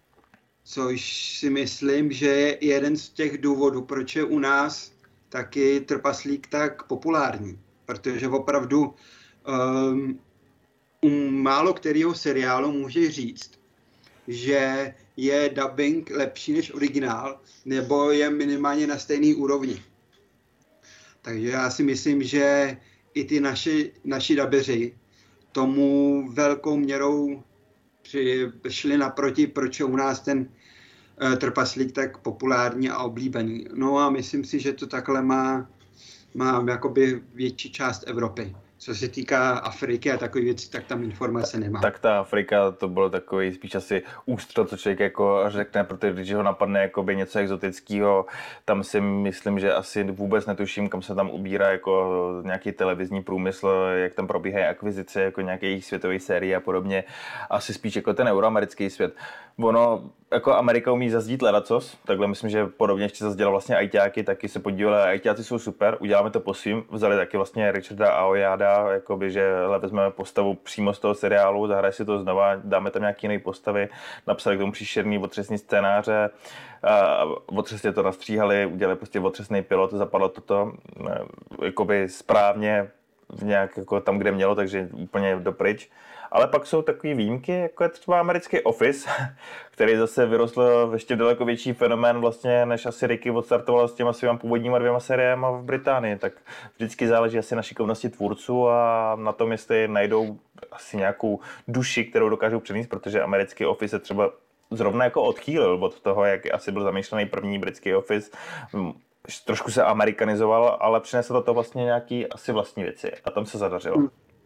Což si myslím, že je jeden z těch důvodů, proč je u nás taky Trpaslík tak populární. Protože opravdu um, u málo kterého seriálu může říct, že je dubbing lepší než originál, nebo je minimálně na stejné úrovni. Takže já si myslím, že i ty naši, naši dabeři tomu velkou měrou šli naproti, proč je u nás ten uh, Trpaslík tak populární a oblíbený. No a myslím si, že to takhle má, má jakoby větší část Evropy. Co se týká Afriky a takových věcí, tak tam informace nemá. Tak ta Afrika, to bylo takový spíš asi ústřel, co člověk jako řekne, protože když ho napadne jakoby něco exotického, tam si myslím, že asi vůbec netuším, kam se tam ubírá jako nějaký televizní průmysl, jak tam probíhají akvizice, jako nějaké jejich světové série a podobně. Asi spíš jako ten euroamerický svět. Ono, jako Amerika umí zazdít ledacos, takhle myslím, že podobně ještě zazděla vlastně ajťáky, taky se podívali, ajťáci jsou super, uděláme to po svým, vzali taky vlastně Richarda Aoyada, jakoby, že vezmeme postavu přímo z toho seriálu, zahraje si to znova, dáme tam nějaký jiný postavy, napsali k tomu příšerný otřesný scénáře, otřesně to nastříhali, udělali prostě otřesný pilot, zapadlo toto jakoby správně nějak jako tam, kde mělo, takže úplně dopryč. Ale pak jsou takové výjimky, jako je třeba americký Office, který zase vyrostl ještě daleko větší fenomén vlastně, než asi Ricky odstartoval s těma svýma původníma dvěma sériemi v Británii. Tak vždycky záleží asi na šikovnosti tvůrců a na tom, jestli najdou asi nějakou duši, kterou dokážou přenést, protože americký Office je třeba zrovna jako odchýlil od toho, jak asi byl zamýšlený první britský Office. Trošku se amerikanizoval, ale přineslo to vlastně nějaký asi vlastní věci a tam se zadařilo.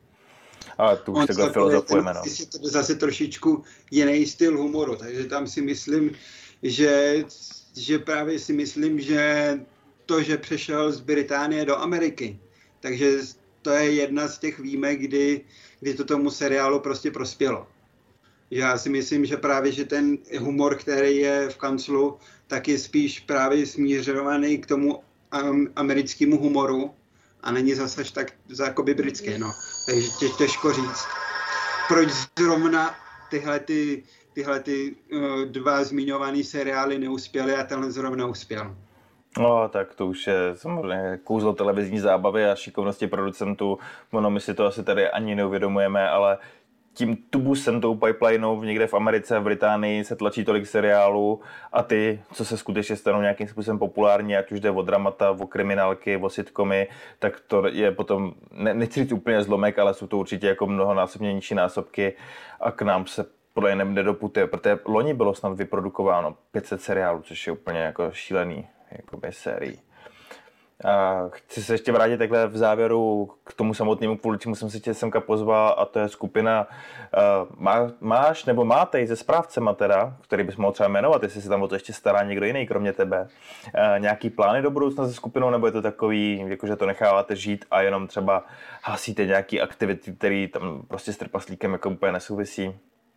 A tu už takhle filozofujeme, no. To je zase trošičku jiný styl humoru, takže tam si myslím, že, že právě si myslím, že to, že přešel z Británie do Ameriky, takže to je jedna z těch výjimek, kdy, kdy to tomu seriálu prostě prospělo. Já si myslím, že právě, že ten humor, který je v kanclu, tak je spíš právě smířovaný k tomu um, americkému humoru, a není zase tak jakoby britské, no. Takže tě, těžko říct, proč zrovna tyhle, ty, tyhle ty, uh, dva zmiňované seriály neuspěly a tenhle zrovna uspěl. No, tak to už je samozřejmě kouzlo televizní zábavy a šikovnosti producentů. Ono, my si to asi tady ani neuvědomujeme, ale tím tubusem, tou pipelineou někde v Americe, v Británii se tlačí tolik seriálů a ty, co se skutečně stanou nějakým způsobem populární, ať už jde o dramata, o kriminálky, o sitcomy, tak to je potom, ne, nechci říct úplně zlomek, ale jsou to určitě jako mnohonásobně nižší násobky a k nám se podle mě nedoputuje, protože loni bylo snad vyprodukováno pět set seriálů, což je úplně jako šílený jakoby sérii. A chci se ještě vrátit takhle v závěru k tomu samotnému, kvůli čemu jsem si tě semka pozval, a to je skupina uh, má, Máš nebo máte se správcema teda, který bys mohl třeba jmenovat, jestli se tam o to ještě stará někdo jiný kromě tebe. Uh, nějaký plány do budoucna se skupinou, nebo je to takový, jakože to necháváte žít a jenom třeba hasíte nějaký aktivity, které tam prostě s Trpaslíkem jako úplně nesouvisí?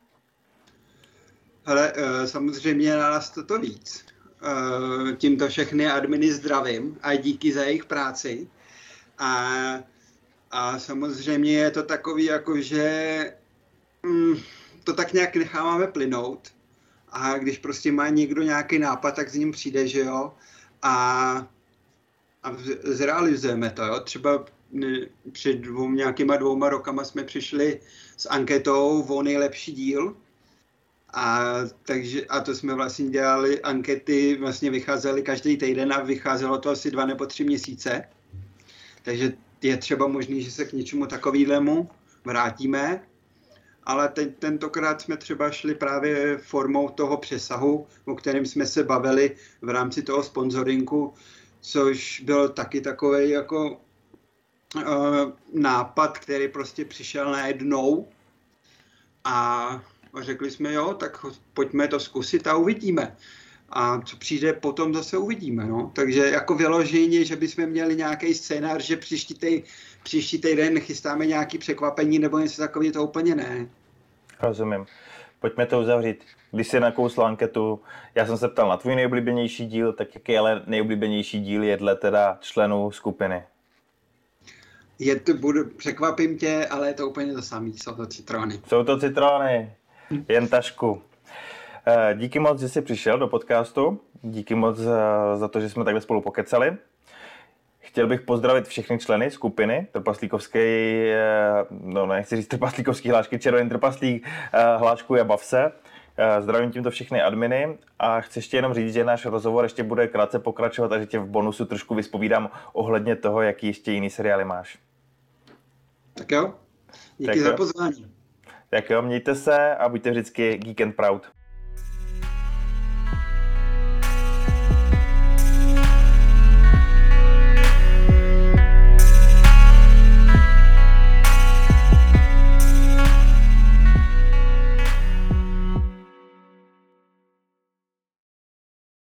Ale uh, samozřejmě na nás toto víc. Uh, tímto všechny adminy zdravím a díky za jejich práci. A, a samozřejmě je to takový, jako že mm, to tak nějak necháváme plynout a když prostě má někdo nějaký nápad, tak s ním přijde, že jo, a, a zrealizujeme to, jo. Třeba před dvou, nějakýma dvouma rokama jsme přišli s anketou o nejlepší díl, a, takže, a to jsme vlastně dělali ankety, vlastně vycházely každý týden a vycházelo to asi dva nebo tři měsíce, takže je třeba možný, že se k něčemu takovému vrátíme, ale teď, tentokrát jsme třeba šli právě formou toho přesahu, o kterém jsme se bavili v rámci toho sponzoringu, což byl taky takový jako uh, nápad, který prostě přišel najednou a, a řekli jsme, jo, tak pojďme to zkusit a uvidíme. A co přijde potom, zase uvidíme. No. Takže jako vyloženě, že bychom měli nějaký scénář, že příští, tej, příští týden chystáme nějaké překvapení nebo něco takového, to úplně ne. Rozumím. Pojďme to uzavřít. Když jsi nakousl anketu, já jsem se ptal na tvůj nejoblíbenější díl, tak jaký ale nejoblíbenější díl je dle teda členů skupiny? Je to, budu, překvapím tě, ale je to úplně to samé, jsou to citrony. Jsou to citrony, jen tašku. Díky moc, že jsi přišel do podcastu. Díky moc za to, že jsme takhle spolu pokecali. Chtěl bych pozdravit všechny členy skupiny Trpaslíkovské, no nechci říct Trpaslíkovský hlášky, Červený trpaslík, hlášku a bav se. Zdravím tímto všechny adminy a chci ještě jenom říct, že náš rozhovor ještě bude krátce pokračovat a že tě v bonusu trošku vyspovídám ohledně toho, jaký ještě jiný seriály máš. Tak jo, díky tak za jo. pozvání. Tak jo, mějte se a buďte vždycky geek and proud.